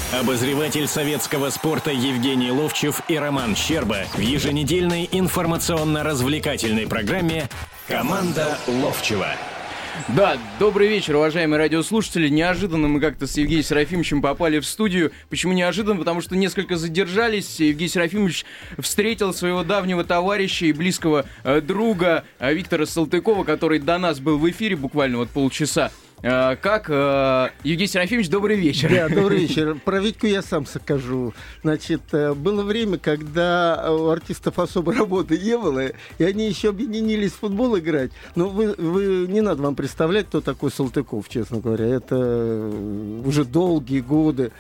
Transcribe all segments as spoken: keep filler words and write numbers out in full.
Обозреватель советского спорта Евгений Ловчев и Роман Щерба в еженедельной информационно-развлекательной программе «Команда Ловчева». Да, добрый вечер, уважаемые радиослушатели. Неожиданно мы как-то с Евгением Серафимовичем попали в студию. Почему неожиданно? Потому что несколько задержались. Евгений Серафимович встретил своего давнего товарища и близкого э, друга э, Виктора Салтыкова, который до нас был в эфире буквально вот полчаса. Uh, как? Uh, Евгений Серафимович, добрый вечер. Да, добрый вечер. Про Витьку я сам скажу. Значит, было время, когда у артистов особой работы не было, и они еще объединились в футбол играть. Но вы, вы не надо вам представлять, кто такой Салтыков, честно говоря. Это уже долгие годы.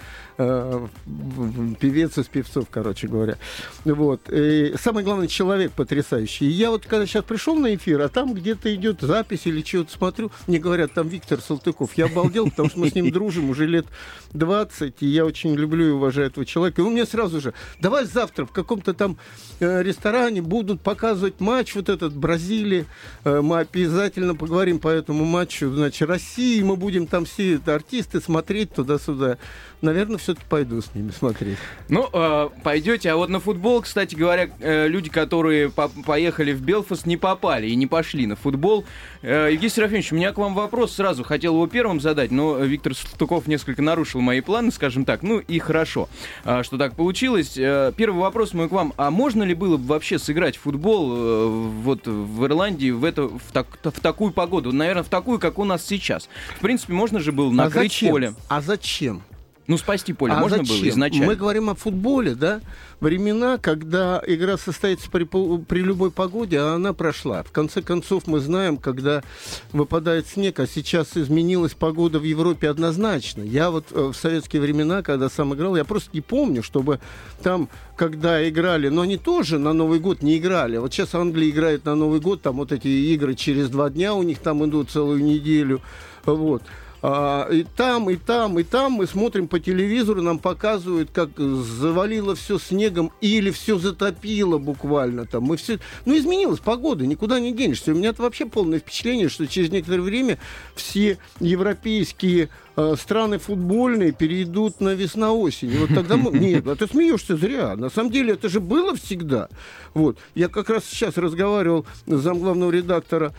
Певец из певцов, короче говоря. Вот. И самый главный человек потрясающий. И я вот когда сейчас пришел на эфир, а там где-то идет запись или чего-то смотрю, мне говорят, там Виктор Салтыков. Я обалдел, потому что мы с ним дружим уже лет двадцать, и я очень люблю и уважаю этого человека. И он мне сразу же, давай завтра в каком-то там э, ресторане будут показывать матч вот этот Бразилии. Э, мы обязательно поговорим по этому матчу. Значит, России, мы будем там все это, артисты смотреть туда-сюда. Наверное, все-таки пойду с ними смотреть. Ну, э, пойдете. А вот на футбол, кстати говоря, э, люди, которые по- поехали в Белфаст, не попали и не пошли на футбол. Э, Евгений Серафимович, у меня к вам вопрос сразу. Хотел его первым задать, но Виктор Салтыков несколько нарушил мои планы, скажем так. Ну и хорошо, э, что так получилось. Э, первый вопрос мой к вам. А можно ли было бы вообще сыграть в футбол э, вот в Ирландии в, это, в, так, в такую погоду? Наверное, в такую, как у нас сейчас. В принципе, можно же было накрыть а зачем? поле. А зачем? Ну, спасти поле а можно зачем? было изначально? Мы говорим о футболе, да? Времена, когда игра состоится при, при любой погоде, а она прошла. В конце концов, мы знаем, когда выпадает снег, а сейчас изменилась погода в Европе однозначно. Я вот в советские времена, когда сам играл, я просто не помню, чтобы там, когда играли, но они тоже на Новый год не играли. Вот сейчас Англия играет на Новый год, там вот эти игры через два дня у них там идут целую неделю. Вот. А, и там, и там, и там мы смотрим по телевизору, нам показывают, как завалило все снегом или все затопило буквально там. Мы все... Ну, изменилась погода, никуда не денешься. У меня вообще полное впечатление, что через некоторое время все европейские э, страны футбольные перейдут на весна-осень. И вот тогда мы... Нет, а ты смеешься зря. На самом деле это же было всегда. Вот. Я как раз сейчас разговаривал с замглавного редактора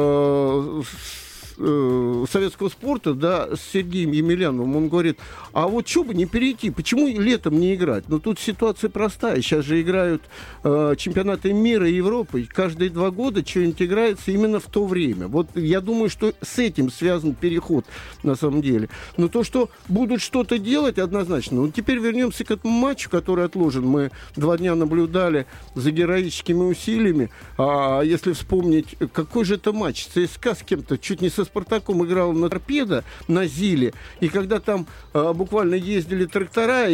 э, советского спорта, да, с Сергеем Емельяновым. Он говорит, а вот что бы не перейти, почему летом не играть? Ну, тут ситуация простая. Сейчас же играют э, чемпионаты мира и Европы. И каждые два года что-нибудь играется именно в то время. Вот я думаю, что с этим связан переход на самом деле. Но то, что будут что-то делать, однозначно. Ну, теперь вернемся к этому матчу, который отложен. Мы два дня наблюдали за героическими усилиями. А если вспомнить, какой же это матч? ЦСКА с кем-то чуть не со Спартаком играл на Торпедо, на Зиле, и когда там э, буквально ездили трактора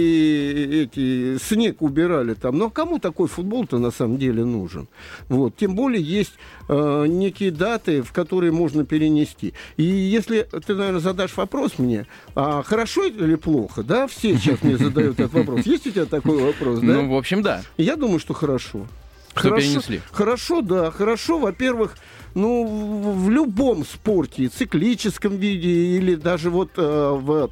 и эти, снег убирали там. Но кому такой футбол-то на самом деле нужен? Вот. Тем более есть э, некие даты, в которые можно перенести. И если ты, наверное, задашь вопрос мне, а хорошо или плохо, да? Все сейчас мне задают этот вопрос. Есть у тебя такой вопрос, да? Ну, в общем, да. Я думаю, что хорошо. Что хорошо, перенесли? Хорошо, да, хорошо. Во-первых, ну, в, в любом спорте, циклическом виде или даже вот э, в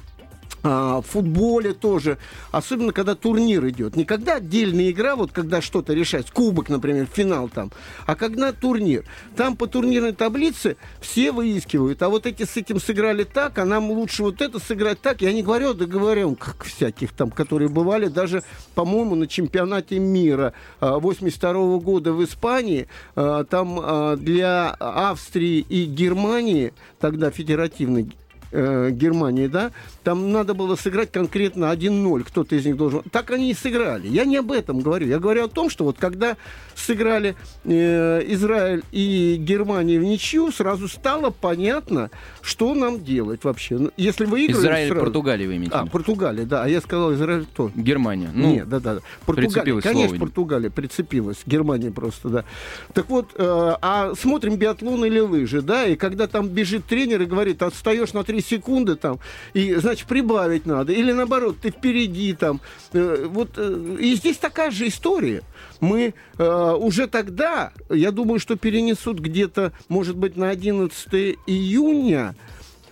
в футболе тоже, особенно когда турнир идет. Не когда отдельная игра, вот когда что-то решать, кубок, например, финал там, а когда турнир. Там по турнирной таблице все выискивают, а вот эти с этим сыграли так, а нам лучше вот это сыграть так. Я не говорю о договоренках, как всяких там, которые бывали даже, по-моему, на чемпионате мира восемьдесят второго года в Испании. Там для Австрии и Германии, тогда федеративной Германии, да, там надо было сыграть конкретно один ноль, кто-то из них должен... Так они и сыграли. Я не об этом говорю. Я говорю о том, что вот когда сыграли э, Израиль и Германия в ничью, сразу стало понятно, что нам делать вообще. Если выиграли... Израиль, сразу... Португалия вы имеете? А, Португалия, да. А я сказал, Израиль кто? Германия. Ну, Нет, да-да. Португалия, конечно, Португалия прицепилась. Германия просто, да. Так вот, э, а смотрим биатлон или лыжи, да, и когда там бежит тренер и говорит, отстаешь на три секунды там, и, значит, прибавить надо. Или наоборот, ты впереди там. Э, вот, э, и здесь такая же история. Мы э, уже тогда, я думаю, что перенесут где-то, может быть, на одиннадцатое июня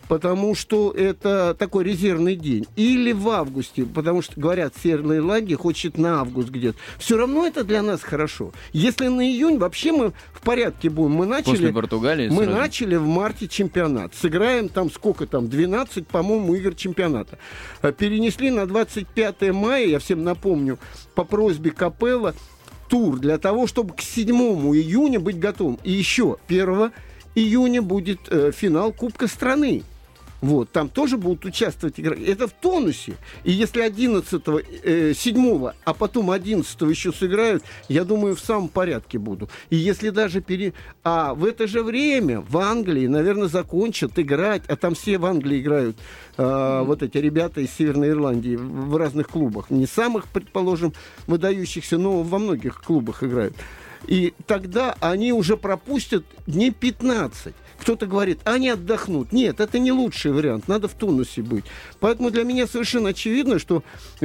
потому что это такой резервный день. Или в августе, потому что, говорят, Северная Ирландия хочет на август где-то. Все равно это для нас хорошо. Если на июнь, вообще мы в порядке будем. Мы начали, После Португалии мы сразу. начали в марте чемпионат. Сыграем там сколько там, двенадцать, по-моему, игр чемпионата. Перенесли на двадцать пятое мая, я всем напомню, по просьбе Капелла, тур для того, чтобы к седьмому июня быть готовым. И еще первого июня будет э, финал Кубка страны. Вот, там тоже будут участвовать игроки. Это в тонусе. И если одиннадцатого, э, седьмого, а потом одиннадцатого еще сыграют, я думаю, в самом порядке буду. И если даже пере... А в это же время в Англии, наверное, закончат играть, а там все в Англии играют, э, mm-hmm. вот эти ребята из Северной Ирландии в, в разных клубах. Не самых, предположим, выдающихся, но во многих клубах играют. И тогда они уже пропустят дней пятнадцать. Кто-то говорит, они отдохнут. Нет, это не лучший вариант, надо в тонусе быть. Поэтому для меня совершенно очевидно, что...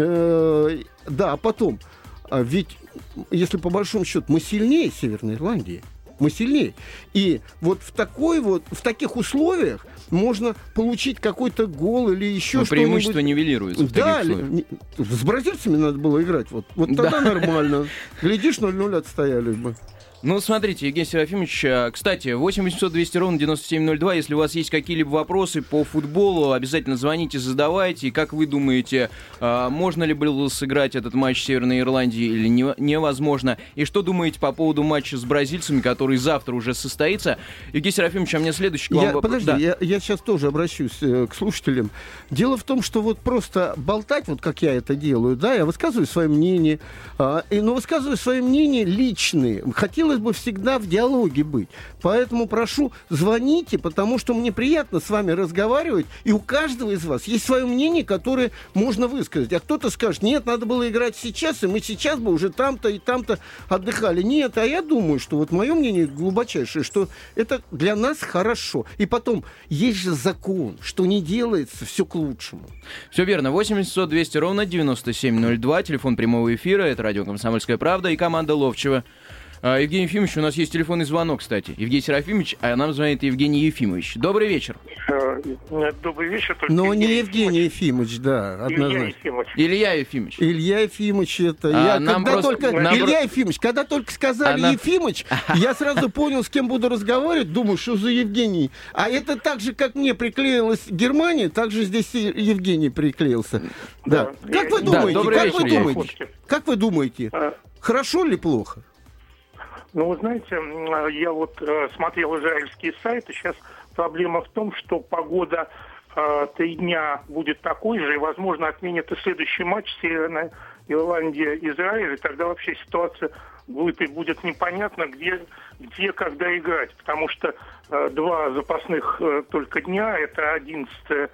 Э, да, а потом, а ведь, если по большому счету, мы сильнее Северной Ирландии. Мы сильнее. И вот в, такой вот, в таких условиях можно получить какой-то гол или еще но что-нибудь. Преимущество нивелируется в да, таких условиях. С бразильцами надо было играть. Вот, вот тогда да. Нормально. Глядишь, ноль ноль отстояли бы. Ну, смотрите, Евгений Серафимович, кстати, восемь восемьсот двести ровно девяносто семь ноль два, если у вас есть какие-либо вопросы по футболу, обязательно звоните, задавайте. И как вы думаете, можно ли было сыграть этот матч Северной Ирландии или невозможно? И что думаете по поводу матча с бразильцами, который завтра уже состоится? Евгений Серафимович, а у меня следующий к вам вопрос. Подожди, да. я, я сейчас тоже обращусь э, к слушателям. Дело в том, что вот просто болтать, вот как я это делаю, да, я высказываю свое мнение, э, но высказываю свое мнение личные. Хотел Хотелось бы всегда в диалоге быть. Поэтому прошу, звоните, потому что мне приятно с вами разговаривать, и у каждого из вас есть свое мнение, которое можно высказать. А кто-то скажет, нет, надо было играть сейчас, и мы сейчас бы уже там-то и там-то отдыхали. Нет, а я думаю, что вот мое мнение глубочайшее, что это для нас хорошо. И потом, есть же закон, что не делается, все к лучшему. Все верно. восемь восемьсот двести ровно девяносто семь ноль два, телефон прямого эфира, это радио «Комсомольская правда» и команда Ловчева. Евгений Ефимович, у нас есть телефонный звонок, кстати. Евгений Серафимович, а нам звонит Евгений Ефимович. Добрый вечер. Добрый вечер. Только Но Евгений неЕвгений Ефимович, Ефимович да, однозначно. Илья Ефимович. Илья Ефимович. Илья Ефимович, это... А, я нам когда просто... только... нам Илья про... Ефимович, когда только сказали Она... Ефимович, я сразу понял, с кем буду разговаривать, думаю, что за Евгений. А это так же, как мне приклеилась Германия, так же здесь и Евгений приклеился. Да. Да. Как вы думаете? Да, как, вечер, вы думаете? как вы думаете? А... Хорошо или плохо? Ну, вы знаете, я вот э, смотрел израильские сайты, сейчас проблема в том, что погода э, три дня будет такой же, и, возможно, отменят и следующий матч Северная Ирландия-Израиль, и тогда вообще ситуация будет и будет непонятно, где, где когда играть, потому что э, два запасных э, только дня, это одиннадцатое,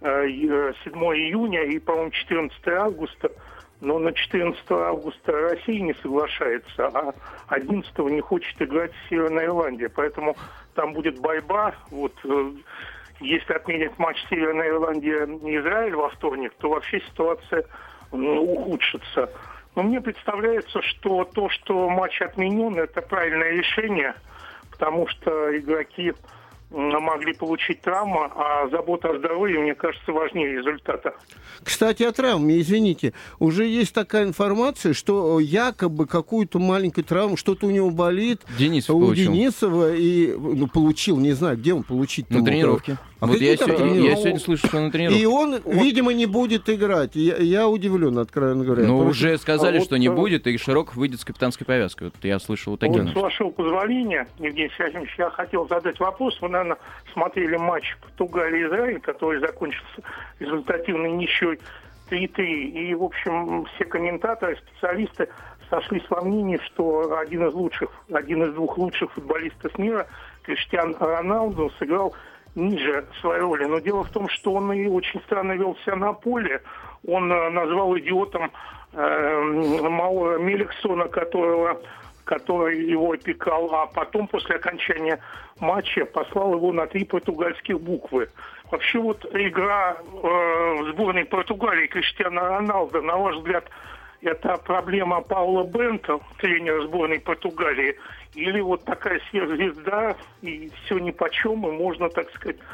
э, седьмое июня и, по-моему, четырнадцатое августа, но на четырнадцатое августа Россия не соглашается, а одиннадцатого не хочет играть Северная Ирландия. Поэтому там будет борьба. Вот, э, если отменят матч Северная Ирландия и Израиль во вторник, то вообще ситуация э, ухудшится. Но мне представляется, что то, что матч отменен, это правильное решение, потому что игроки могли получить травму, а забота о здоровье, мне кажется, важнее результата. Кстати, о травме, извините, уже есть такая информация, что якобы какую-то маленькую травму, что-то у него болит. Денисов у получил. Денисова, и ну, получил, не знаю, где он получить. На тренировке. А вот я сегодня, я сегодня слышу, что на тренировке. И он, видимо, не будет играть. Я, я удивлен, откровенно говоря. Ну, Потому уже сказали, а что вот, не будет, и Широков выйдет с капитанской повязкой. Вот я слышал вот такие. Вот, с вашего позволения, Евгений Серафимович, я хотел задать вопрос. Вы, наверное, смотрели матч Португалия-Израиль, который закончился результативной ничьей три-три. И, в общем, все комментаторы, специалисты сошлись во мнении, что один из лучших, один из двух лучших футболистов мира, Криштиану Роналду, сыграл ниже своей роли. Но дело в том, что он и очень странно вел себя на поле. Он э, назвал идиотом э, Маура Меликсона, которого, который его опекал, а потом после окончания матча послал его на три португальских буквы. Вообще вот игра э, в сборной Португалии Криштиану Роналду, на ваш взгляд, это проблема Паула Бента, тренера сборной Португалии, или вот такая сверхзвезда, и все нипочем, и можно, так сказать,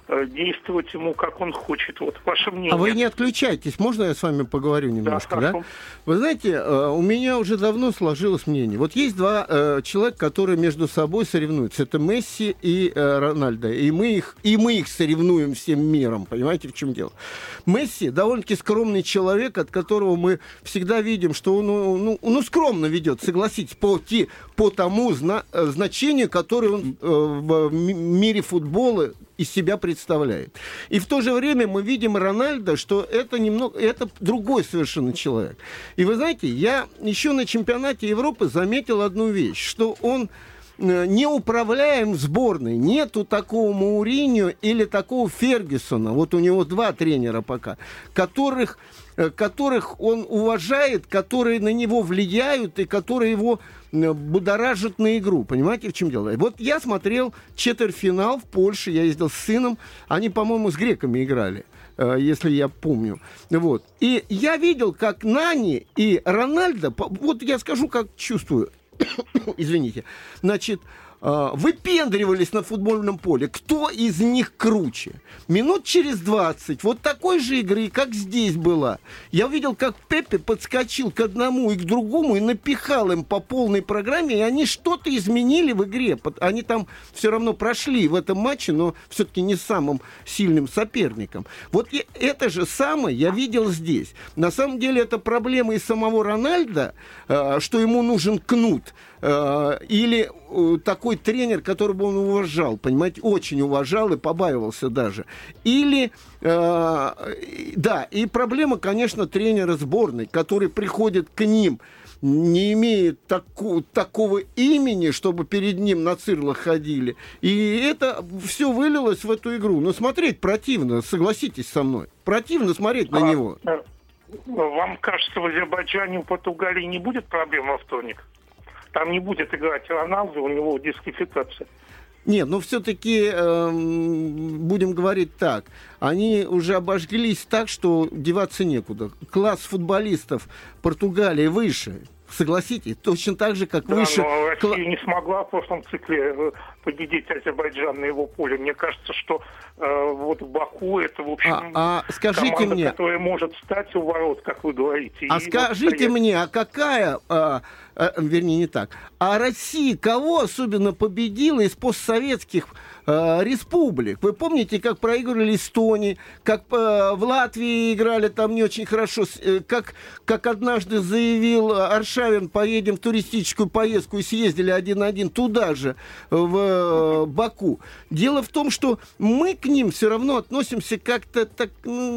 действовать ему, как он хочет. Вот ваше мнение. А вы не отключайтесь. Можно я с вами поговорю немножко? Да, да? Вы знаете, у меня уже давно сложилось мнение. Вот есть два э, человека, которые между собой соревнуются. Это Месси и э, Рональдо. И мы, их, и мы их соревнуем всем миром. Понимаете, в чем дело? Месси довольно-таки скромный человек, от которого мы всегда видим, что он ну, ну, скромно ведет, согласитесь, по, те, по тому зна, значению, которое он э, в мире футбола из себя представляет. И в то же время мы видим Рональдо, что это немного, это другой совершенно человек. И вы знаете, я еще на чемпионате Европы заметил одну вещь, что он не управляем в сборной. Нету такого Мауриньо или такого Фергюсона, вот у него два тренера пока, которых, которых он уважает, которые на него влияют и которые его будоражат на игру. Понимаете, в чем дело? Вот я смотрел четвертьфинал в Польше, я ездил с сыном, они, по-моему, с греками играли, если я помню. Вот. И я видел, как Нани и Рональдо, вот я скажу, как чувствую, извините, значит, выпендривались на футбольном поле. Кто из них круче? Минут через двадцать вот такой же игры, как здесь была. Я увидел, как Пепе подскочил к одному и к другому и напихал им по полной программе, и они что-то изменили в игре. Они там все равно прошли в этом матче, но все-таки не самым сильным соперником. Вот это же самое я видел здесь. На самом деле это проблема и самого Рональдо, что ему нужен кнут, или такой тренер, которого он уважал, понимаете, очень уважал и побаивался даже. Или, э, да, и проблема, конечно, тренера сборной, который приходит к ним, не имеет таку, такого имени, чтобы перед ним на цирлах ходили. И это все вылилось в эту игру. Но смотреть противно, согласитесь со мной. Противно смотреть на а, него. Вам кажется, в Азербайджане, в Португалии не будет проблем во вторник? Там не будет играть Роналду, у него дисквалификация. Нет, но все-таки э, будем говорить так. Они уже обожглись так, что деваться некуда. Класс футболистов Португалии выше. Согласитесь, точно так же, как да, выше... но Россия не смогла в прошлом цикле победить Азербайджан на его поле. Мне кажется, что э, вот Баку это, в общем, а, а скажите команда, мне, которая может встать у ворот, как вы говорите. А скажите стоять... мне, а какая... А, а, вернее, не так. А Россия кого особенно победила из постсоветских а, республик? Вы помните, как проигрывали Эстонии, как а, в Латвии играли там не очень хорошо, как, как однажды заявил Аршавин, поедем в туристическую поездку и съездили один-один туда же, в Баку. Дело в том, что мы к ним все равно относимся как-то так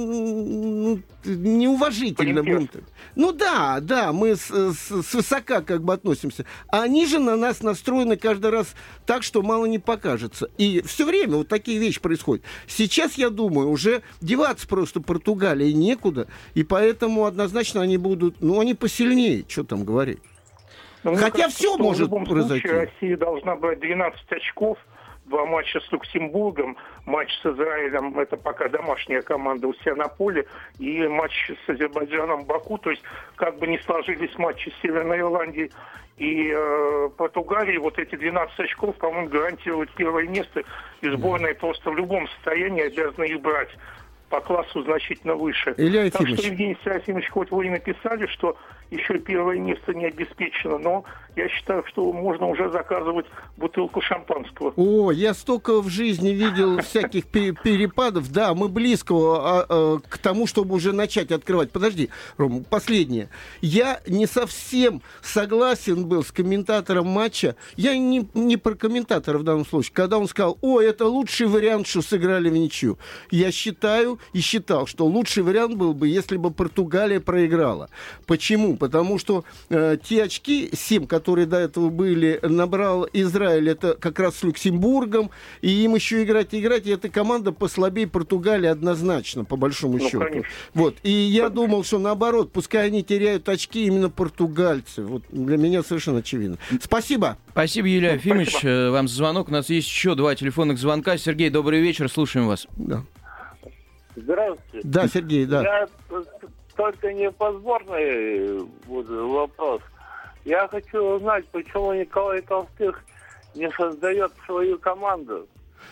ну, неуважительно. Ну да, да, мы с, с, свысока как бы относимся. А они же на нас настроены каждый раз так, что мало не покажется. И все время вот такие вещи происходят. Сейчас, я думаю, уже деваться просто Португалии некуда, и поэтому однозначно они будут, ну, они посильнее, что там говорить. Но Хотя кажется, все может в любом произойти. Случае, Россия должна брать двенадцать очков. Два матча с Люксембургом, матч с Израилем, это пока домашняя команда у себя на поле, и матч с Азербайджаном в Баку. То есть, как бы ни сложились матчи с Северной Ирландией и э, Португалией, вот эти двенадцать очков, по-моему, гарантируют первое место, и сборная просто в любом состоянии обязана их брать. По классу значительно выше. Илья так Ефимович. что, Евгений Серафимович, хоть вы и написали, что еще первое место не обеспечено, но я считаю, что можно уже заказывать бутылку шампанского. О, я столько в жизни видел всяких перепадов. Да, мы близко а, а, к тому, чтобы уже начать открывать. Подожди, Ром, последнее. Я не совсем согласен был с комментатором матча. Я не, не про комментатора в данном случае. Когда он сказал, о, это лучший вариант, что сыграли в ничью. Я считаю и считал, что лучший вариант был бы, если бы Португалия проиграла. Почему? Потому что э, те очки, семь, которые до этого были, набрал Израиль, это как раз с Люксембургом, и им еще играть и играть, и эта команда послабее Португалии однозначно, по большому ну, счету. Конечно. Вот. И я конечно. думал, что наоборот, пускай они теряют очки именно португальцы. Вот для меня совершенно очевидно. Спасибо. Спасибо, Юлия Ефимович, вам за звонок. У нас есть еще два телефонных звонка. Сергей, добрый вечер, слушаем вас. Да. Здравствуйте. Да, Сергей, да. Я только не по сборной буду вопрос. Я хочу узнать, почему Николай Толстых не создает свою команду.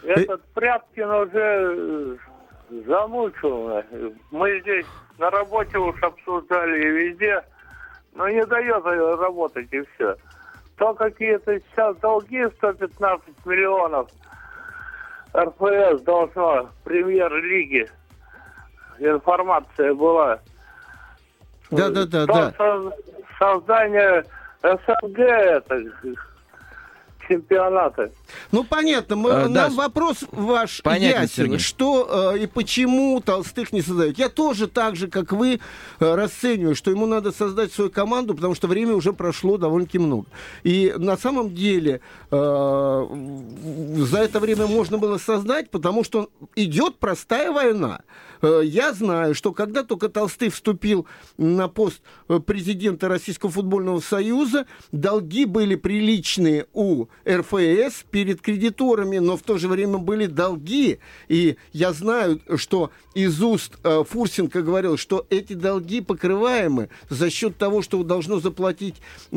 Этот Пряткин уже замучил. Мы здесь на работе уж обсуждали и везде, но не дает работать и все. То какие-то сейчас долги сто пятнадцать миллионов эр эф эс должно, премьер-лиги, информация была. Да-да-да. да. Со- создание эс эн гэ, это чемпионата. Ну, понятно. Мы, А, нам да. вопрос ваш Понятно, ясен. Сергей. Что э, и почему Толстых не создают? Я тоже так же, как вы, э, расцениваю, что ему надо создать свою команду, потому что время уже прошло довольно-таки много. И на самом деле э, за это время можно было создать, потому что идет простая война. Э, я знаю, что когда только Толстых вступил на пост президента Российского футбольного союза, долги были приличные у эр эф эс перед кредиторами, но в то же время были долги. И я знаю, что из уст э, Фурсенко говорил, что эти долги покрываемы за счет того, что должно заплатить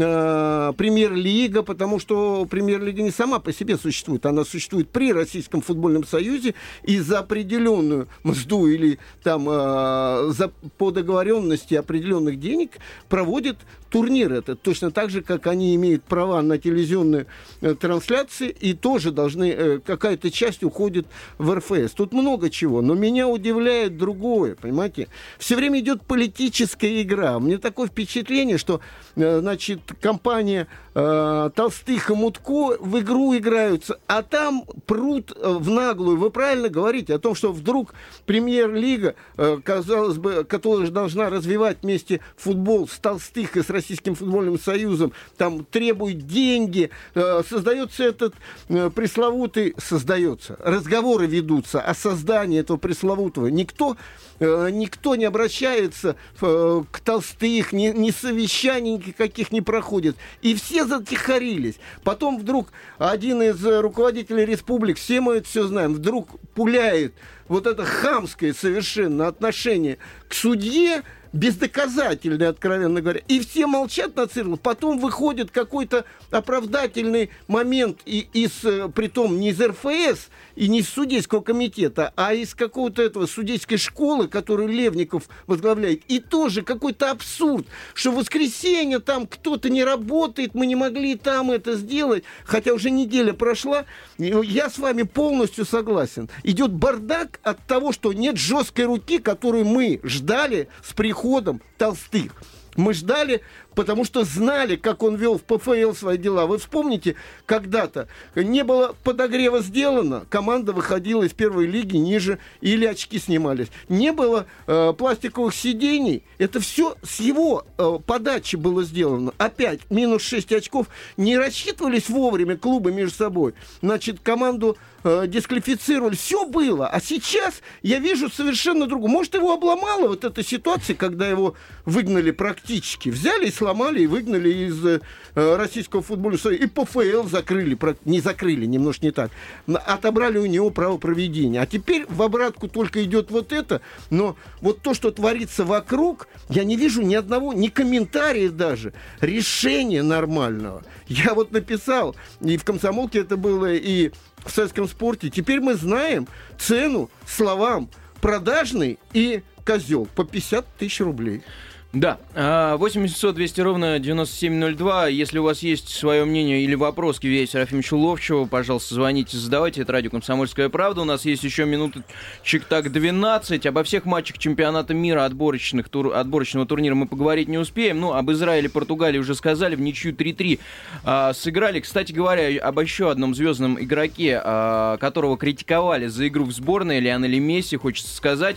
э, премьер-лига, потому что премьер-лига не сама по себе существует, она существует при Российском футбольном союзе, и за определенную мзду или там э, за, по договоренности определенных денег проводит турнир этот. Точно так же, как они имеют права на телевизионные э, трансляции, и тоже должны, э, какая-то часть уходит в эр эф эс. Тут много чего, но меня удивляет другое, понимаете? Все время идет политическая игра. Мне такое впечатление, что, э, значит, компания э, Толстых и Мутко в игру играются, а там прут э, в наглую. Вы правильно говорите о том, что вдруг премьер-лига, э, казалось бы, которая же должна развивать вместе футбол с Толстых и с Российским футбольным союзом, там требует деньги, э, создается этот э, пресловутый, создается, разговоры ведутся о создании этого пресловутого. Никто, э, никто не обращается э, к Толстых, ни, ни совещаний никаких не проходит. И все затихарились. Потом вдруг один из руководителей республик, все мы это все знаем, вдруг пуляет вот это хамское совершенно отношение к судье, бездоказательный, откровенно говоря. И все молчат на цирк. Потом выходит какой-то оправдательный момент и из, притом не из эр эф эс и не из судейского комитета, а из какого-то этого судейской школы, которую Левников возглавляет. И тоже какой-то абсурд, что в воскресенье там кто-то не работает, мы не могли там это сделать, хотя уже неделя прошла. Я с вами полностью согласен. Идет бардак от того, что нет жесткой руки, которую мы ждали с приходом Толстых. Мы ждали, потому что знали, как он вел в пэ эф эл свои дела. Вы вспомните, когда-то не было подогрева сделано, команда выходила из первой лиги ниже, или очки снимались. Не было э, пластиковых сидений. Это все с его э, подачи было сделано. Опять минус шесть очков. Не рассчитывались вовремя клубы между собой. Значит, команду э, дисквалифицировали. Все было. А сейчас я вижу совершенно другое. Может, его обломала вот эта ситуация, когда его выгнали практически. Взяли и сломали, и выгнали из э, Российского футбольного союза. И пэ эф эл закрыли. Не закрыли, немножко не так. Отобрали у него право проведения. А теперь в обратку только идет вот это. Но вот то, что творится вокруг, я не вижу ни одного, ни комментария даже, решения нормального. Я вот написал, и в «Комсомолке» это было, и в «Советском спорте». Теперь мы знаем цену словам «продажный» и «козел» по пятьдесят тысяч рублей. Да, восемь восемьсот двести ровно девяносто семь ноль два. Если у вас есть свое мнение или вопрос к Илье Серафимовичу Ловчеву, пожалуйста, звоните, задавайте. Это радио «Комсомольская правда». У нас есть еще минуточек так двенадцать. Обо всех матчах чемпионата мира отборочных, тур, отборочного турнира мы поговорить не успеем. Ну, об Израиле, Португалии уже сказали. В ничью три-три а, сыграли. Кстати говоря, об еще одном звездном игроке, а, которого критиковали за игру в сборной, Лионеле Месси, хочется сказать.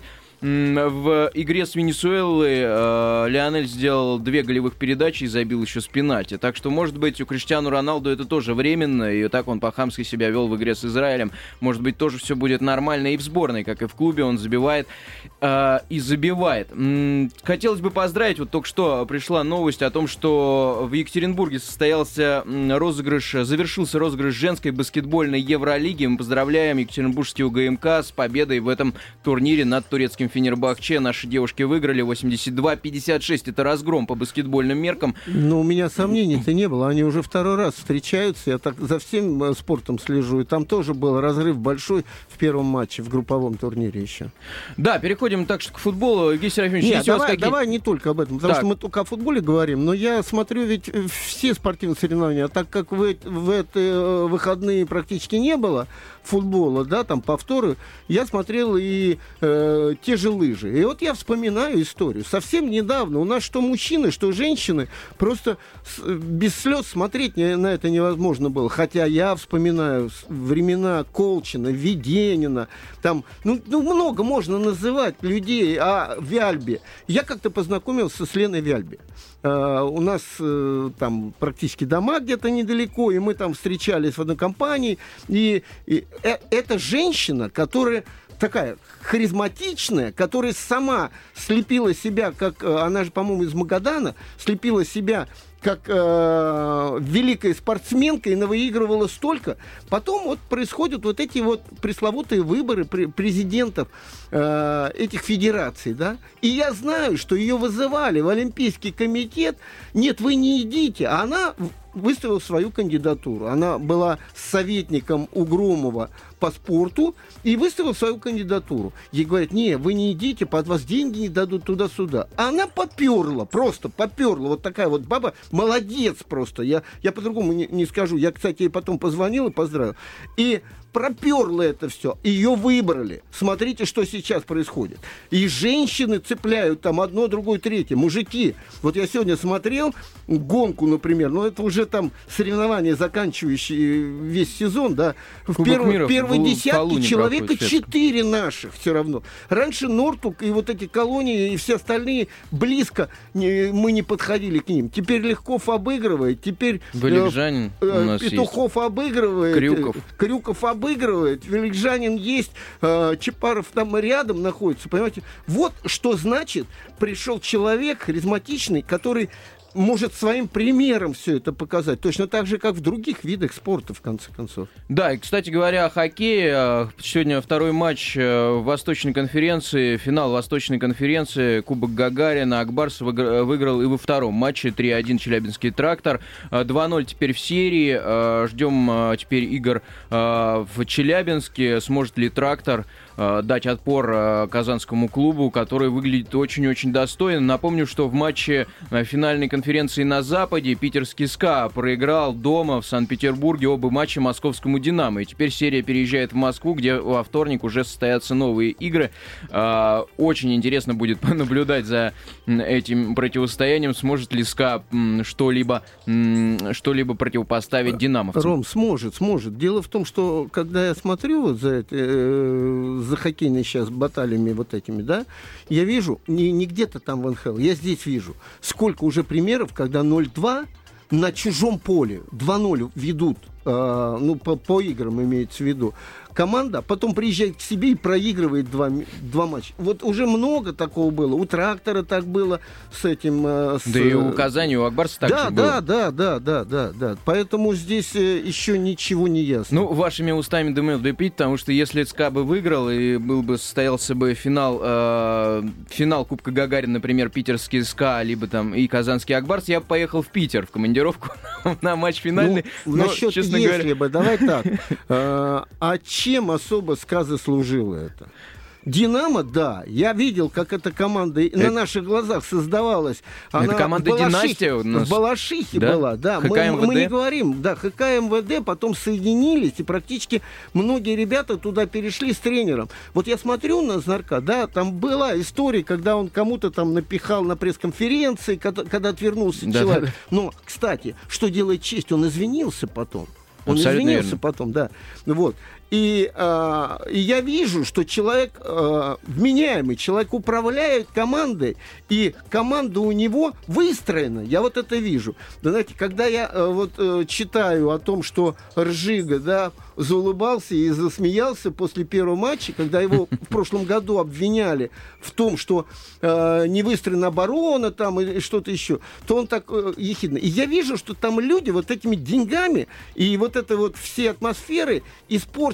В игре с Венесуэлой э, Лионель сделал две голевых передачи и забил еще с пенальти. Так что, может быть, у Криштиану Роналду это тоже временно, и так он по-хамски себя вел в игре с Израилем. Может быть, тоже все будет нормально и в сборной, как и в клубе, он забивает э, и забивает. М-м, хотелось бы поздравить, вот только что пришла новость о том, что в Екатеринбурге состоялся розыгрыш, завершился розыгрыш женской баскетбольной Евролиги. Мы поздравляем екатеринбургский УГМК с победой в этом турнире над турецким Фенербахче. Наши девушки выиграли восемьдесят два пятьдесят шесть. Это разгром по баскетбольным меркам. Ну, у меня сомнений-то не было. Они уже второй раз встречаются. Я так за всем спортом слежу. И там тоже был разрыв большой в первом матче, в групповом турнире еще. Да, переходим так что к футболу. Евгений Серафимович, Нет, есть у вас давай, какие... давай не только об этом, потому Так. что мы только о футболе говорим, но я смотрю ведь все спортивные соревнования, а так как в, эти- в эти выходные практически не было футбола, да, там повторы, я смотрел и э, те же лыжи. И вот я вспоминаю историю. Совсем недавно у нас что мужчины, что женщины, просто с- без слез смотреть не- на это невозможно было. Хотя я вспоминаю с- времена Колчина, Веденина, там, ну, ну, много можно называть людей о Вяльбе. Я как-то познакомился с Леной Вяльбе. Uh, у нас uh, там практически дома где-то недалеко, и мы там встречались в одной компании. И, и э- это женщина, которая такая харизматичная, которая сама слепила себя, как э, она же, по-моему, из Магадана, слепила себя как э, великая спортсменка и навыигрывала столько. Потом вот происходят вот эти вот пресловутые выборы пре- президентов э, этих федераций, да. И я знаю, что ее вызывали в Олимпийский комитет. Нет, вы не идите. А она выставила свою кандидатуру. Она была советником у Громова по спорту и выставила свою кандидатуру. Ей говорят: не, вы не идите, под вас деньги не дадут туда-сюда. А она поперла, просто поперла. Вот такая вот баба, молодец просто. Я, я по-другому не, не скажу. Я, кстати, ей потом позвонил и поздравил. И проперла это все. Ее выбрали. Смотрите, что сейчас происходит. И женщины цепляют там одно, другое, третье. Мужики. Вот я сегодня смотрел гонку, например. Ну, это уже там соревнования, заканчивающие весь сезон, да. В Кубок первой, мира первой в десятке Калуне человека проходит, четыре наших все равно. Раньше Нортук и вот эти колонии и все остальные близко не, мы не подходили к ним. Теперь Легков обыгрывает. Теперь Валикжанин э, у нас Петухов есть. обыгрывает. Крюков. Крюков обыгрывает, Великжанин есть, э, Чапаров там рядом находится, понимаете? Вот что значит, пришел человек харизматичный, который может своим примером все это показать, точно так же, как в других видах спорта, в конце концов. Да, и, кстати говоря, о хоккее. Сегодня второй матч Восточной конференции, финал Восточной конференции, Кубок Гагарина. Акбарс выиграл и во втором матче три один Челябинский Трактор. два ноль теперь в серии. Ждем теперь игр в Челябинске. Сможет ли Трактор дать отпор казанскому клубу, который выглядит очень-очень достойно. Напомню, что в матче финальной конференции на Западе питерский СКА проиграл дома в Санкт-Петербурге оба матча московскому «Динамо». И теперь серия переезжает в Москву, где во вторник уже состоятся новые игры. Очень интересно будет понаблюдать за этим противостоянием. Сможет ли СКА что-либо, что-либо противопоставить «Динамовцам»? Ром, сможет, сможет. Дело в том, что когда я смотрю вот за это, э, за хоккейными сейчас баталиями вот этими, да, я вижу, не, не где-то там в эн ха эл, я здесь вижу, сколько уже примеров, когда ноль два на чужом поле, два ноль ведут, э, ну, по, по играм имеется в виду, команда, потом приезжает к себе и проигрывает два, два матча. Вот уже много такого было. У Трактора так было с этим... Э, с, да и у Казани, у Акбарса так да, же да, было. да, да, да, да, да. Поэтому здесь э, еще ничего не ясно. Ну, вашими устами думаю допить, потому что если ЦСКА бы выиграл и был бы, состоялся бы финал, э, финал Кубка Гагарина, например, питерский СКА, либо там и казанский Акбарс, я бы поехал в Питер в командировку на матч финальный. Ну, но, насчет честно если говоря... бы, давай так. А чем особо СКА заслужила это? «Динамо», да, я видел, как эта команда это... на наших глазах создавалась. Она это команда в Балашихе, «Династия» у нас. В Балашихе да? была, да. ха ка эм вэ дэ? Мы, мы не говорим, да, ха ка эм вэ дэ потом соединились, и практически многие ребята туда перешли с тренером. Вот я смотрю на Знарка, да, там была история, когда он кому-то там напихал на пресс-конференции, когда, когда отвернулся да, человек. да, да. Но, кстати, что делает честь, он извинился потом. Он Абсолютно извинился верно. потом, да. Вот. И, э, и я вижу, что человек э, вменяемый, человек управляет командой, и команда у него выстроена. Я вот это вижу. Да, знаете, когда я э, вот э, читаю о том, что Ржига, да, заулыбался и засмеялся после первого матча, когда его в прошлом году обвиняли в том, что э, не выстроена оборона там и что-то еще, то он так э, ехидно. И я вижу, что там люди вот этими деньгами и вот это вот все атмосферы испорчены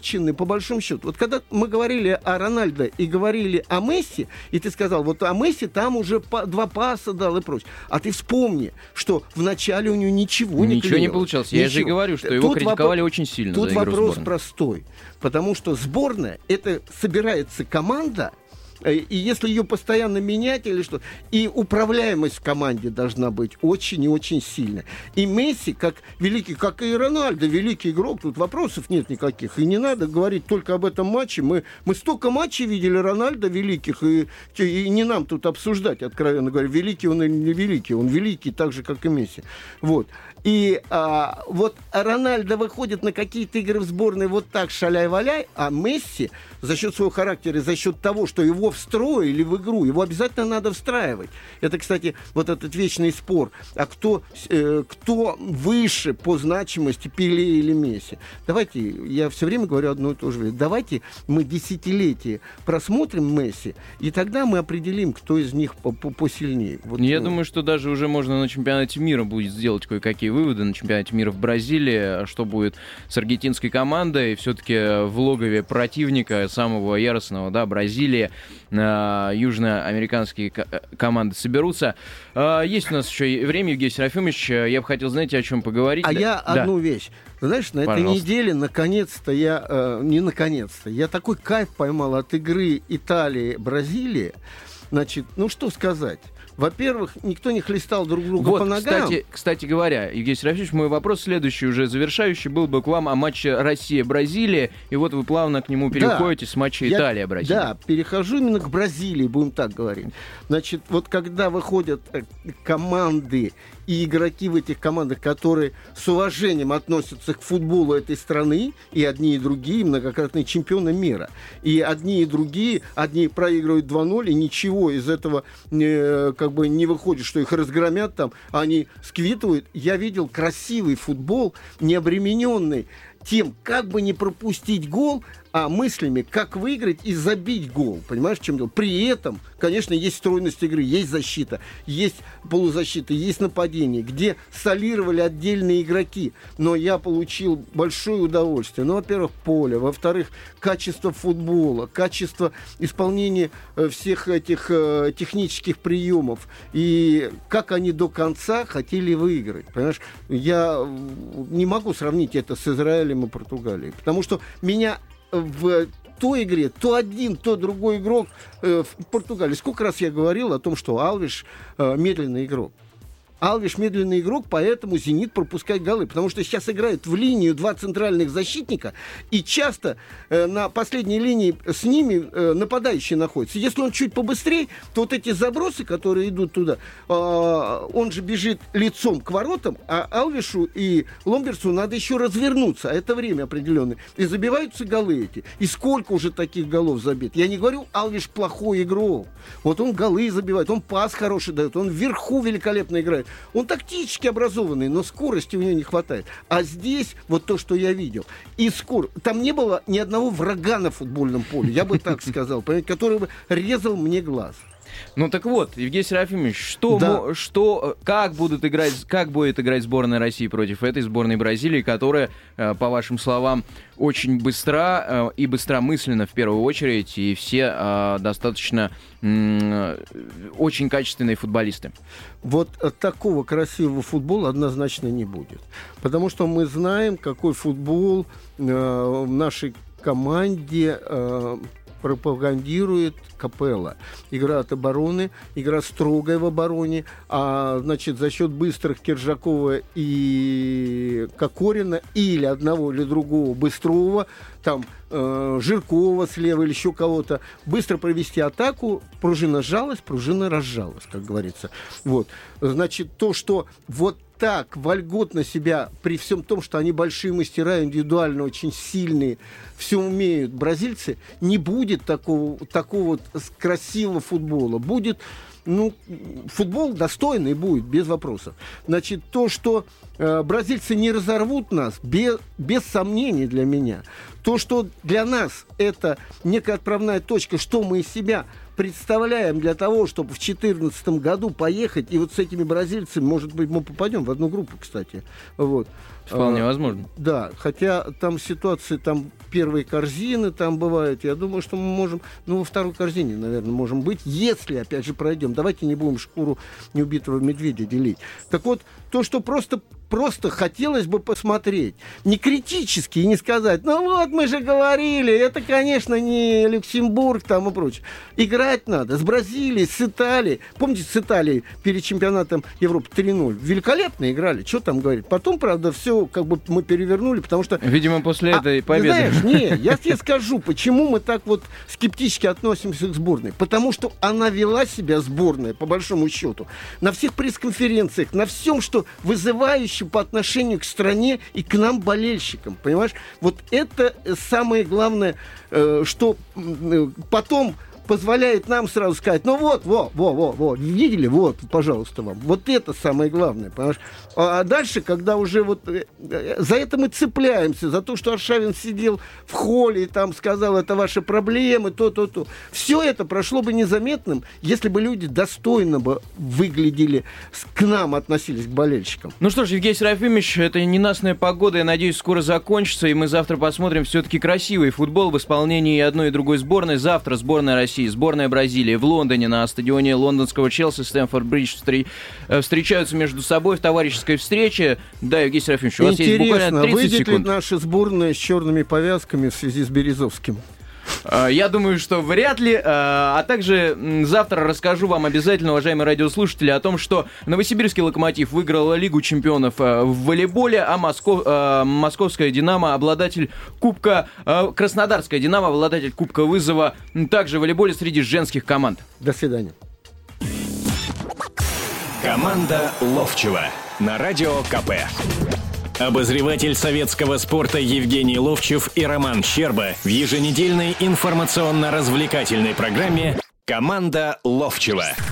закончены, по большому счету. Вот когда мы говорили о Рональдо и говорили о Месси, и ты сказал, вот о Месси там уже по, два паса дал и прочее. А ты вспомни, что вначале у него ничего не Ничего клеилось. не получалось. Я Ничего. же и говорю, что его Тут критиковали вопро- очень сильно Тут за игру вопрос сборной. простой. Потому что сборная, это собирается команда, и если ее постоянно менять или что, и управляемость в команде должна быть очень и очень сильная. И Месси, как великий, как и Рональдо, великий игрок, тут вопросов нет никаких. И не надо говорить только об этом матче. Мы, мы столько матчей видели Рональдо великих, и, и не нам тут обсуждать, откровенно говоря, великий он или не великий. Он великий так же, как и Месси. Вот. И а, вот Рональдо выходит на какие-то игры в сборной вот так шаляй-валяй, а Месси за счет своего характера и за счет того, что его встроили в игру, его обязательно надо встраивать. Это, кстати, вот этот вечный спор. А кто, э, кто выше по значимости, Пеле или Месси? Давайте, я все время говорю одно и то же. Давайте мы десятилетие просмотрим Месси, и тогда мы определим, кто из них посильнее. Вот, Я ну. думаю, что даже уже можно на чемпионате мира будет сделать кое-какие выводы. На чемпионате мира в Бразилии, что будет с аргентинской командой. Все-таки в логове противника самого яростного, да, Бразилии, э, южноамериканские ко- команды соберутся. Э, есть у нас еще время, Евгений Серафимович. Я бы хотел, знаете, о чем поговорить. А да. я Да. одну вещь. Знаешь, на Пожалуйста. этой неделе наконец-то я, э, не наконец-то, я такой кайф поймал от игры Италии-Бразилия. Значит, ну что сказать. Во-первых, никто не хлестал друг друга Вот, по ногам. кстати, кстати говоря, Евгений Серафимович, мой вопрос следующий, уже завершающий, был бы к вам о матче Россия-Бразилия, и вот вы плавно к нему переходите Да. с матча Я- Италия-Бразилия. Да, перехожу именно к Бразилии, будем так говорить. Значит, вот когда выходят э, команды и игроки в этих командах, которые с уважением относятся к футболу этой страны, и одни, и другие многократные чемпионы мира. И одни, и другие, одни проигрывают два ноль, и ничего из этого э, как бы не выходит, что их разгромят там, они сквитывают. Я видел красивый футбол, не обремененный тем, как бы не пропустить гол, а мыслями, как выиграть и забить гол. Понимаешь, в чем дело? При этом, конечно, есть стройность игры, есть защита, есть полузащита, есть нападение, где солировали отдельные игроки. Но я получил большое удовольствие. Ну, во-первых, поле, во-вторых, качество футбола, качество исполнения э, всех этих э, технических приемов. И как они до конца хотели выиграть. Понимаешь, я не могу сравнить это с Израилем и Португалией. Потому что меня в той игре то один, то другой игрок э, в Португалии. Сколько раз я говорил о том, что Алвеш э, медленный игрок. Алвеш медленный игрок, поэтому «Зенит» пропускает голы. Потому что сейчас играют в линию два центральных защитника, и часто э, на последней линии с ними э, нападающий находится. Если он чуть побыстрее, то вот эти забросы, которые идут туда, э, он же бежит лицом к воротам, а Алвешу и Ломберсу надо еще развернуться, а это время определенное. И забиваются голы эти. И сколько уже таких голов забит? Я не говорю, Алвеш плохой игрок. Вот он голы забивает, он пас хороший дает, он вверху великолепно играет. Он тактически образованный, но скорости у него не хватает. А здесь вот то, что я видел. И скоро. Там не было ни одного врага на футбольном поле, я бы так сказал, который бы резал мне глаз. Ну так вот, Евгений Серафимович, что, Да. мо- что, как будут играть, как будет играть сборная России против этой сборной Бразилии, которая, э, по вашим словам, очень быстра э, и быстромысленна в первую очередь, и все э, достаточно м, очень качественные футболисты. Вот такого красивого футбола однозначно не будет. Потому что мы знаем, какой футбол э, в нашей команде э, пропагандирует Капелло. Игра от обороны, игра строгая в обороне, а значит за счет быстрых Киржакова и Кокорина или одного или другого быстрого, там э, Жиркова слева или еще кого-то, быстро провести атаку, пружина сжалась, пружина разжалась, как говорится. Вот. Значит, то, что вот так вольготно себя, при всем том, что они большие мастера, индивидуально очень сильные, все умеют, бразильцы, не будет такого, такого вот красивого футбола. Будет, ну, футбол достойный будет, без вопросов. Значит, то, что э, бразильцы не разорвут нас, без, без сомнений для меня. То, что для нас это некая отправная точка, что мы из себя представляем для того, чтобы в две тысячи четырнадцатом году поехать, и вот с этими бразильцами, может быть, мы попадем в одну группу, кстати. Вот. Вполне а, возможно. Да, хотя там ситуации, там первые корзины там бывают. Я думаю, что мы можем, ну, во второй корзине, наверное, можем быть, если, опять же, пройдем. Давайте не будем шкуру неубитого медведя делить. Так вот, то, что просто, просто хотелось бы посмотреть, не критически и не сказать, ну вот, мы же говорили, это, конечно, не Люксембург там и прочее. Играть надо с Бразилией, с Италией. Помните, с Италией перед чемпионатом Европы три ноль? Великолепно играли, что там говорить. Потом, правда, все как бы мы перевернули, потому что... Видимо, после а, этой победы. Знаешь, не, я тебе скажу, почему мы так вот скептически относимся к сборной. Потому что она вела себя, сборная, по большому счету, на всех пресс-конференциях, на всем, что вызывающе по отношению к стране и к нам, болельщикам. Понимаешь? Вот это самое главное, что потом позволяет нам сразу сказать, ну вот, во, во, во, во, видели, вот, пожалуйста, вам. Вот это самое главное, понимаешь? А дальше, когда уже вот за это мы цепляемся, за то, что Аршавин сидел в холле и там сказал, это ваши проблемы, то, то, то. Все это прошло бы незаметным, если бы люди достойно бы выглядели, к нам относились, к болельщикам. Ну что ж, Евгений Серафимович, это ненастная погода, я надеюсь, скоро закончится, и мы завтра посмотрим все-таки красивый футбол в исполнении одной и другой сборной. Завтра сборная России, сборная Бразилии в Лондоне на стадионе лондонского Челси Стэмфорд-Бридж встр... встречаются между собой в товарищеской встрече. Да, Евгений Серафимович, у вас Интересно, есть буквально тридцать выйдет секунд. ли наша сборная с черными повязками в связи с Березовским? Я думаю, что вряд ли. А также завтра расскажу вам обязательно, уважаемые радиослушатели, о том, что новосибирский «Локомотив» выиграл Лигу чемпионов в волейболе, а Москов... московская «Динамо», обладатель Кубка... Краснодарская «Динамо», обладатель Кубка вызова, также в волейболе среди женских команд. До свидания. Команда Ловчева на радио КП. Обозреватель советского спорта Евгений Ловчев и Роман Щерба в еженедельной информационно-развлекательной программе «Команда Ловчева».